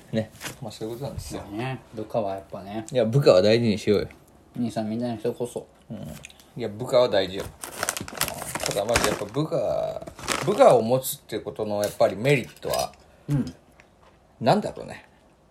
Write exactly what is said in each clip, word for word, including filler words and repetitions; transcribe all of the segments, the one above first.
ね、まあそういうことなんですよ。 ね、部下はやっぱね、 いや部下は大事にしようよ。 兄さんみんなの人こそ、 うん、いや部下は大事よ。ただまずやっぱ部下部下を持つっていうことのやっぱりメリットは、うん、なんだろうね。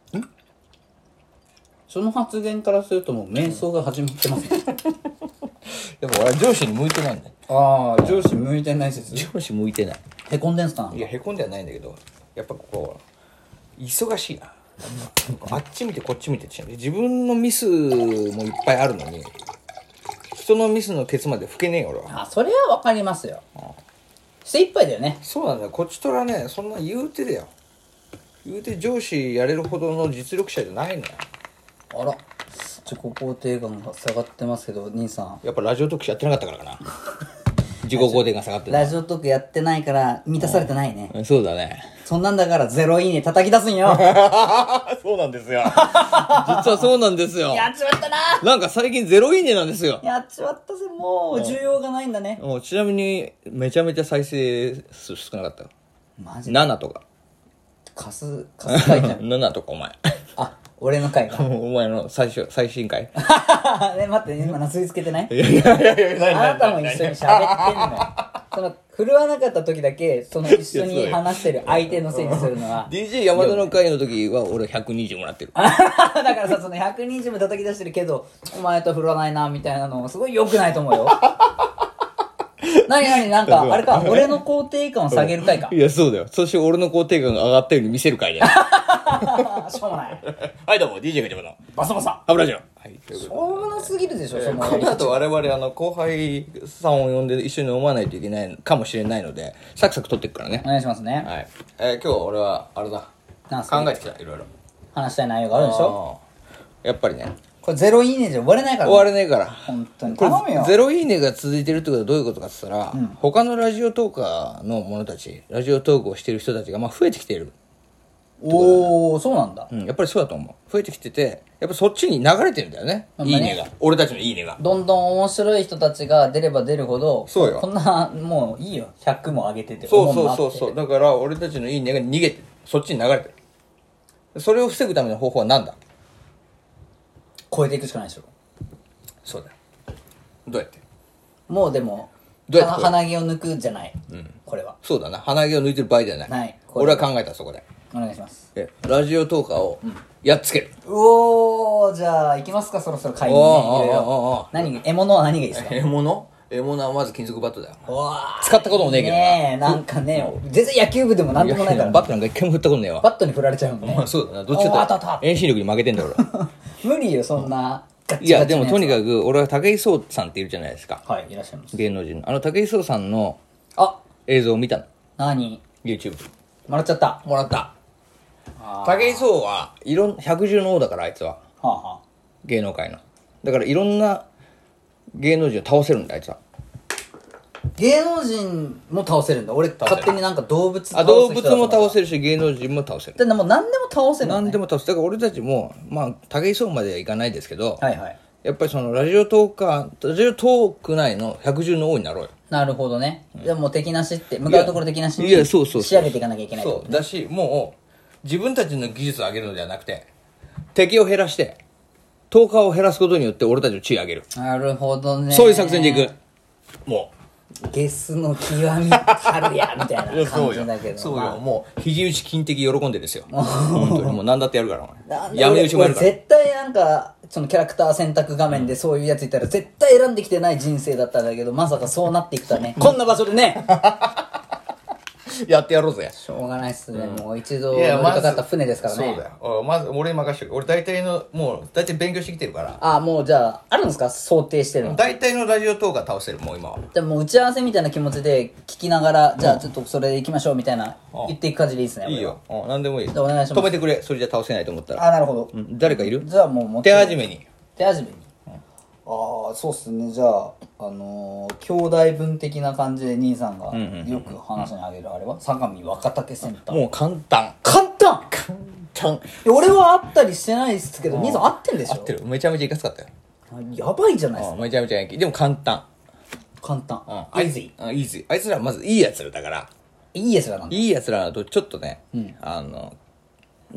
その発言からするともう瞑想が始まってますね。 でも俺は上司に向いてないんだよ。 ああ、上司向いてない説。 上司向いてない。 へこんでんすか。 いやへこんではないんだけど、やっぱこう忙しいな。あっち見てこっち見てって自分のミスもいっぱいあるのに人のミスのケツまで吹けねえよ俺は。 あ、それはわかりますよ。精一杯だよね。 そうなんだよ。こっちとらね、そんな言うてだよ。言うて上司やれるほどの実力者じゃないのよ。 あら、自己肯定感が下がってますけど、兄さん。 やっぱラジオ特集やってなかったからかな。自己肯定感下がってる。 ラジオトークやってないから満たされてないね。 そうだね。 そんなんだからゼロいいね叩き出すんよ。 そうなんですよ。実はそうなんですよ。 やっちまったな。 なんか最近ゼロいいねなんですよ。 やっちまったぜ、もう需要がないんだね。 もうちなみにめちゃめちゃ再生数少なかったよ。 マジでななとか。 カス、カス回じゃん。 ななとかお前。 あ、俺の回が。 お前の最初、最新回。 ね、待って、今なすりつけてない？ いやいやいやいや、 あなたも一緒に喋ってんのよ。その、振るわなかった時だけ、その一緒に話してる相手のせいにするのは。 ディージェー 山田の回の時は俺ひゃくにじゅうもらってる。 だからさ、そのひゃくにじゅうも叩き出してるけど、お前と振らないな、みたいなの、すごい良くないと思うよ。なになになんか、あれか、俺の肯定感を下げる回か。 いや、そうだよ。そして俺の肯定感が上がったように見せる回だよ。 しょうもない。 はいどうも、ディージェー ガチャバのバサバサ。 油じゃん。はい、というしことょうもなすぎるでしょ、 でその。 この後我々あの後輩さんを呼んで一緒に飲まないといけないかもしれないので、サクサク取っていくからね。 お願いしますね。 はい。えー、今日俺は、あれだ。 なんすか考えてきた、いろいろ。 話したい内容があるでしょ。 あーやっぱりね。 これゼロいいねじゃ終われないからね。 終われねえから。 本当に。 こ頼むよ。 れゼロいいねが続いてるってことはどういうことかって言ったら、他のラジオトーカーの者たち、ラジオトークをしてる人たちがまあ増えてきている。 おー、そうなんだ。 うん、やっぱりそうだと思う。増えてきてて、やっぱそっちに流れてるんだよね。 まあねいいねが。俺たちのいいねが。 どんどん面白い人たちが出れば出るほど、 そうよこんな、もういいよ。ひゃくも上げてて。 そうそう思なってそうそう。だから俺たちのいいねが逃げてる。そっちに流れてる。それを防ぐための方法は何だ？ 超えていくしかないでしょ。 そうだよ。どうやって？ もうでも、 どうやっては鼻毛を抜くじゃない。これは。 そうだな。鼻毛を抜いてる場合じゃない。 ない俺は考えた、そこで。 お願いします。 えラジオトーカーをやっつける。 うおー、じゃあ、行きますか、そろそろ買いにね。 おーおーおーいろいろおー何、獲物は何がいいですか？ 獲物獲物はまず金属バットだよ。 うわー使ったこともねえけどな。 ねえ、なんかね、全然野球部でもなんでもないから。 バットなんか一回も振ったことねえわ。 バットに振られちゃうもんねまあ。そうだな。どっちおーあったあだった遠心力に負けてんだ俺。 無理よ、そんな。ガッいや、でチガチなつもとにかく俺は武井壮さんっているじゃないですか。 はい、いらっしゃいます。 芸能人の。あの武井壮さんのあ、 映像を見たの。 何 YouTube。 もらっちゃった。はもらった。 あ武井壮はいろん、百獣の王だからあいつは。 あ、はあ、 芸能界の。だからいろんな芸能人を倒せるんだ、あいつは。 芸能人も倒せるんだ。俺、 せる勝手になんか動物倒あ、 す人動物も倒る。 せるし、芸能人も倒せる。 でもう何でも倒せるのね。 何でも倒せる。だから俺たちも、まあ、武井壮まではいかないですけど、 はいはい。 やっぱりそのラジオトーカー、ラジオトーク内の百獣の王になろうよ。 なるほどね。でももう敵なしって、向かうところ敵なしにいやそうそうそう仕上げていかなきゃいけないってことそう。だし、もう、自分たちの技術を上げるのではなくて、敵を減らして、トーカーを減らすことによって俺たちの地位を上げる。 なるほどね。 そういう作戦でいく。もゲスの極みたるや、みたいう。 な感じだけど。 そうよ。 まあもう、肘打ち金的喜んでですよ。本当にもう何だってやるから、お前。 なんでやめ打ちもやるから。 俺絶対なんか、そのキャラクター選択画面でそういうやついたら絶対選んできてない人生だったんだけど、まさかそうなっていくとはね。こんな場所でね。 やってやろうぜ。 しょうがないっすね。もう一度乗いやりかかった船ですからね。 そうだよ。おまず俺に任せてる。俺大体の、もう大体勉強してきてるから。 あ、もうじゃあ、あるんですか想定してるの。 大体のラジオトーカー倒せる、もう今は。 じゃあもう打ち合わせみたいな気持ちで聞きながら、じゃあちょっとそれで行きましょうみたいな言っていく感じでいいですね。 いいよ。うん、何でもいい。 じゃあお願いします止めてくれ。それじゃ倒せないと思ったら。 あ、なるほど。 うん誰かいるじゃあもうも手始めに。 手始めに。ああ、そうっすね。じゃあ、あのー、兄弟分的な感じで兄さんがよく話にあげるあれは相模若竹センター。 もう簡単。 簡単簡単。 いや俺は会ったりしてないですけど、兄さん会ってんでしょ？ 合ってる。めちゃめちゃいかつかったよ。 やばいじゃないですか。 うんめちゃめちゃヤンキー。でも簡単。 簡単。 うん。 イージー。イージー。あいつらはまずいいやつらだから。 ー。いいやつらなんだ。 いいやつらだとちょっとね、あの、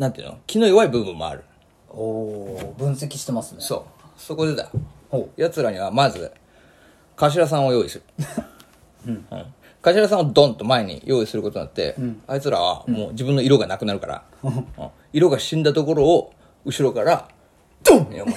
なんていうの気の弱い部分もある。 おお、分析してますね。 そうそこでだお奴らにはまず頭さんを用意する、うんうん、頭さんをドンと前に用意することになって、うん、あいつらはもう自分の色がなくなるから、うん、色が死んだところを後ろからドンって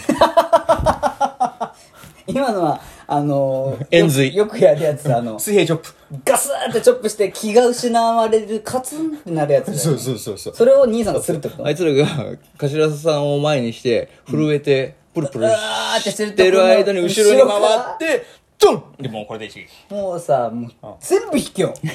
今のはあのー、 円髄よくやるやつあの水平チョップガスーってチョップして気が失われるカツンってなるやつだよね。 そうそうそうそうそれを兄さんがするってこと？ あいつらが頭さんを前にして震えてプルプルしてる間に後ろに回ってドンでもうこれで一撃。 もうさもう全部引きよ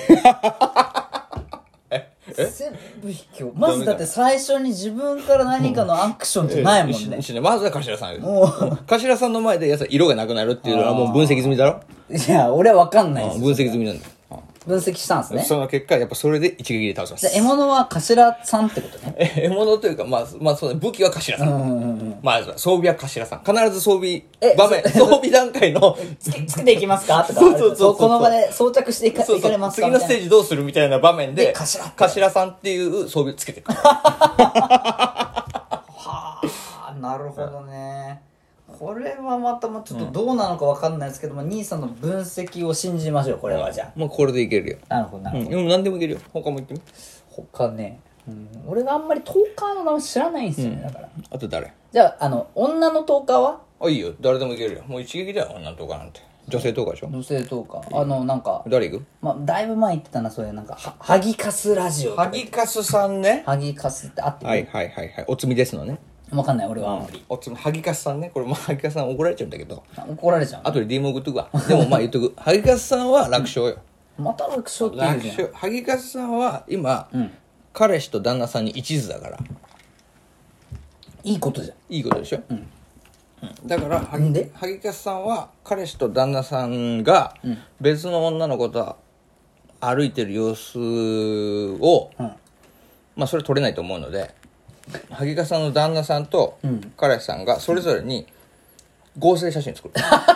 全部引きよ。まずだって最初に自分から何かのアクションじゃないもんね。 まずは頭さんよ。もう頭さんの前でやつは色がなくなるっていうのはもう分析済みだろ。 いや俺は分かんないです。 分析済みなんだよ。 分析したんですね。 その結果やっぱそれで一撃で倒します。 じゃあ獲物は頭さんってことね。 獲物というかまあまあそうね、武器は頭さん。うんうんうん、まあ装備は頭さん。必ず装備場面装備段階のつけつけていきますかとか。そうそうそうそう。この場で装着していかいかれますか。 次のステージどうするみたいな場面で頭さんっていう装備をつけてくる。 はあなるほどね。これはまたもちょっとどうなのか分かんないですけども、うん、兄さんの分析を信じましょう。これはじゃあもうこれでいけるよ。 なるほどなるほど、 うん、でも何でもいけるよ。他も言ってみ。 他ね、うん、俺があんまりトーカーの名前知らないんですよね、うん、だからあと誰？ じゃああの女のトーカーはあいいよ、誰でもいけるよ。もう一撃だよ女のトーカーなんて。女性トーカーでしょ。 女性トーカーあのなんか誰いく？ まあだいぶ前言ってたな。そういうなんかはハギカスラジオ。 ハギカスさんね。 ハギカスってあってはいはいはいはい。おつみですのね。 わかんない俺はあんまり。 おつみハギカスさんね。これまあハギカスさん怒られちゃうんだけど。 怒られちゃう。 あとで ディーエム 送っとくわ。でもまあ言っとく。ハギカスさんは楽勝よ。 また楽勝って言うじゃん。 楽勝。ハギカスさんは今、うん、彼氏と旦那さんに一途だから。 いいことじゃん。 いいことでしょ。うん。うん、だからハギハギカスさんは彼氏と旦那さんが別の女の子と歩いてる様子を、うん、まあそれ撮れないと思うので。ハギカさんの旦那さんと彼氏さんがそれぞれに合成写真作る、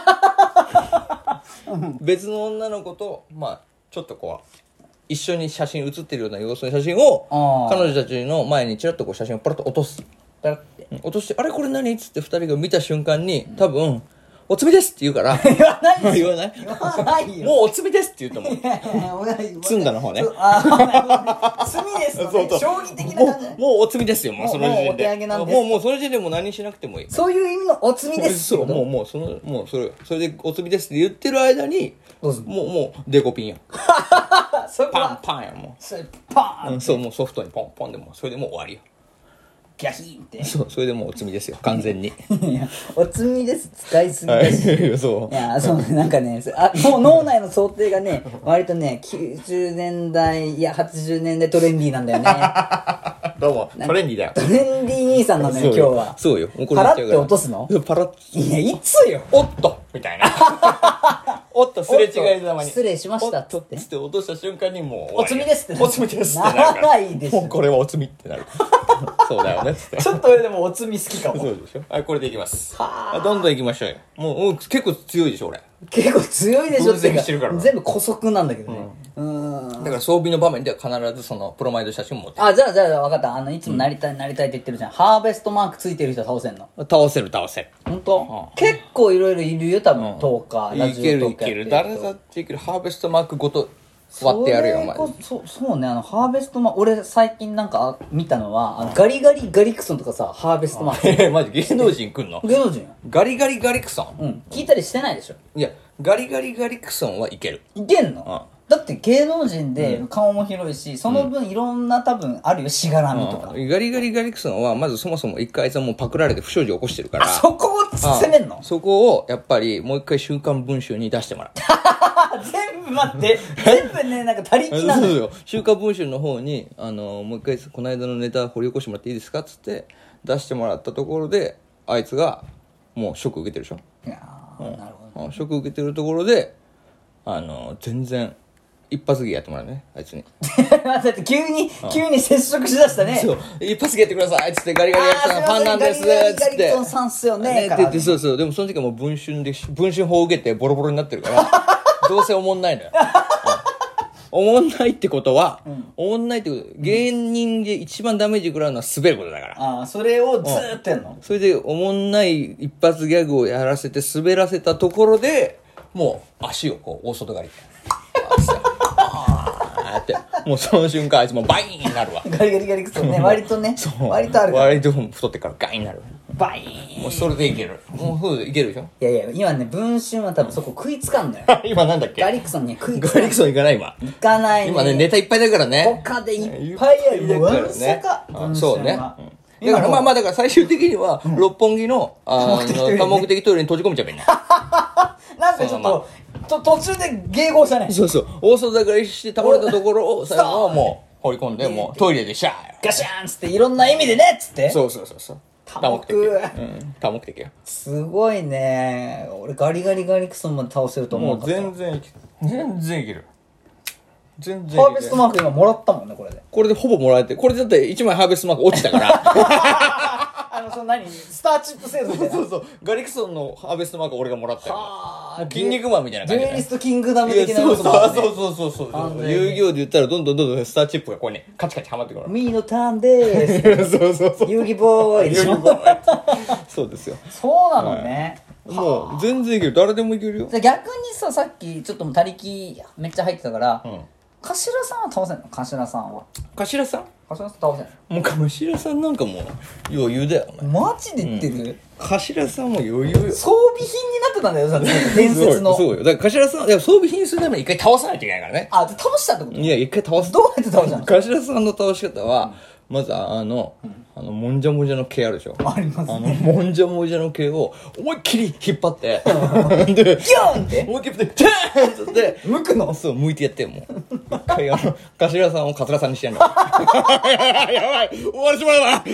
うん、別の女の子とまあちょっとこう一緒に写真写ってるような様子の写真を彼女たちの前にチラッとこう写真をパラッと落とす。パラッて落としてあれこれ何っつってふたりが見た瞬間に多分おつみですって言うから言わないです言わない言わないよ。 もうおつみですって言うと思う。積んだの方ね。 あつみですのね。将棋的な感じ。 もうおつみですよ。もうその時点で。 もうもうその時点でもう何しなくてもいい。 そういう意味のおつみですそうもうもうそのもうそれそれでおつみですって言ってる間にもうもうデコピンや。パンパンやもう。 それパン。 そうもうソフトにポンポンでもそれでもう終わりよ。 ギャヒーンってそうそれでもうおつみですよ完全に。 いやおつみです使いすぎだし、 はい、そういやそうなんかねあもう脳内の想定がね割とねきゅうじゅうねんだいいやはちじゅうねんだいトレンディーなんだよね。 どうもトレンディーだよ。 トレンディー兄さんなのよ今日は。 そうよ。 パラって落とすの？ パラッ。 いやいつよ。 おっとみたいな。おっとすれ違いざまに失礼しましたっつってつって落とした瞬間にもうおつみですっておつみですってなるからいでしょ。 もうこれはおつみってなる。そうだよねっつってちょっと俺でもおつみ好きかも。 そうでしょ。はいこれでいきます。はどんどんいきましょうよ。もう、もう結構強いでしょ俺。 結構強いでしょっていうかしてるから全部古速なんだけどね。 うん、うんだから装備の場面では必ずそのプロマイド写真も持ってる。 あじゃあじゃあ分かった。あのいつもなりたい、うん、なりたいって言ってるじゃん。ハーベストマークついてる人倒せんの？ 倒せる倒せる。 本当？うん、結構いろいろいるよ多分、うん、トーカーラジオトーカーやってる人。いけるいける誰だっていける。ハーベストマークごと割ってやるよお前。 そそうねあのハーベストマーク俺最近なんか見たのはあのガリガリガリクソンとかさハーベストマーク。 えマジ芸能人来んの？ 芸能人ガリガリガリクソン。 うん聞いたりしてないでしょ。 いやガリガリガリクソンはいける。 いけんの？うんだって芸能人で顔も広いし、うん、その分いろんな多分あるよしがらみとか、 うん、ガリガリガリクソンはまずそもそも一回あいつはもうパクられて不祥事を起こしてるから。あそこを攻めんの？ そこをやっぱりもう一回週刊文春に出してもらう。 全部待って全部ねなんか他力なのよ。 週刊文春の方にあのもう一回この間のネタ掘り起こしてもらっていいですかっつって出してもらったところであいつがもうショック受けてるでしょ。 いやー、うん、なるほど、ね、 ショック受けてるところであの全然一発芸やってもらうねあいつに。 だって急に急に接触しだしたね。 そう一発芸やってくださいっつってガリガリガリクソンファンなんですっつってガリガリガリクソンさんっすよねって言ってそうそうでもその時はもう文春で文春法を受けてボロボロになってるからどうせおもんないのよ。 おもんないってことは、 うんおもんないってこと、芸人で一番ダメージ食らうのは滑ることだから。 ああ、それをずーっとやんの？ それで、おもんない一発ギャグをやらせて滑らせたところで、もう足をこう、大外刈り。あーって、もうその瞬間あいつもうバイーンになるわ。 ガリガリガリクソね、割とね、割とあるから。 割と太ってからガインになる。 バイーン。 もうそれでいける。もうそうでいけるでしょ。 いやいや、今ね、文春は多分そこ食いつかんのよ。 今なんだっけガリクソンに食いつかん。 ガリクソン行かない今。 行かないね。 今ね、ネタいっぱいだからね。 他でいっぱいある。わんさか、 あ文そうね。 春は。 だからまあまあだから最終的には、六本木の、あの、多目的トイレに閉じ込めちゃえばいいね。 なんかちょっと、と途中で迎合したね。 そうそう。大外刈りして倒れたところを最後はもう放り込んで、もうトイレでシャー。 ガシャーンっつっていろんな意味でねっつって。 そうそうそうそう。 多目的。 うん。多目的よ。 すごいね。俺ガリガリガリクソンまで倒せると思う。 もう全然いける。全然いける。全然いける。 ハーベストマーク今もらったもんね、これで。 これでほぼもらえて、これでだっていちまいハーベストマーク落ちたから。 あの、その何スターチップ制度みたいな。 そうそう。ガリクソンのハーベストマーク俺がもらったよ。 はもう筋肉マンみたいな感じだね。 デュエリストキングダム的なそうそう要素もあるねそうそうそうそう完全に遊戯王で言ったらどんどんどんどんスターチップがこうねカチカチはまってくる。 ミーのターンでーす。 そうそうそう。 遊戯ボーイでしょ。 そうですよ。 そうなのね。 もう全然いける。誰でもいけるよ。 じゃあ逆にさ、さっきちょっともう他力めっちゃ入ってたから、 うん。 頭さんは倒せんの？頭さんは。 頭さん？ 頭さん倒せんもう頭さんなんかもう余裕だよお前。 の？マジで言ってる？ 頭さんも余裕よ。 装備品になってたんだよ、だって伝説の。 そうよ。だから頭さん、いや装備品にするために一回倒さないといけないからね。 あ、で倒したってこと？ いや、一回倒す。 どうやって倒したの？ 頭さんの倒し方は、まずあの、あの、もんじゃもんじゃの毛あるでしょ。 ありますねあの、もんじゃもんじゃの毛を思いっきり引っ張って、で、 ギューンって思いっきり振って、ジャーンって、 剥くの？ そう、剥いてやってよ、もう。一回あの、頭さんをカツラさんにしてやんの。やばい終わりしまうわ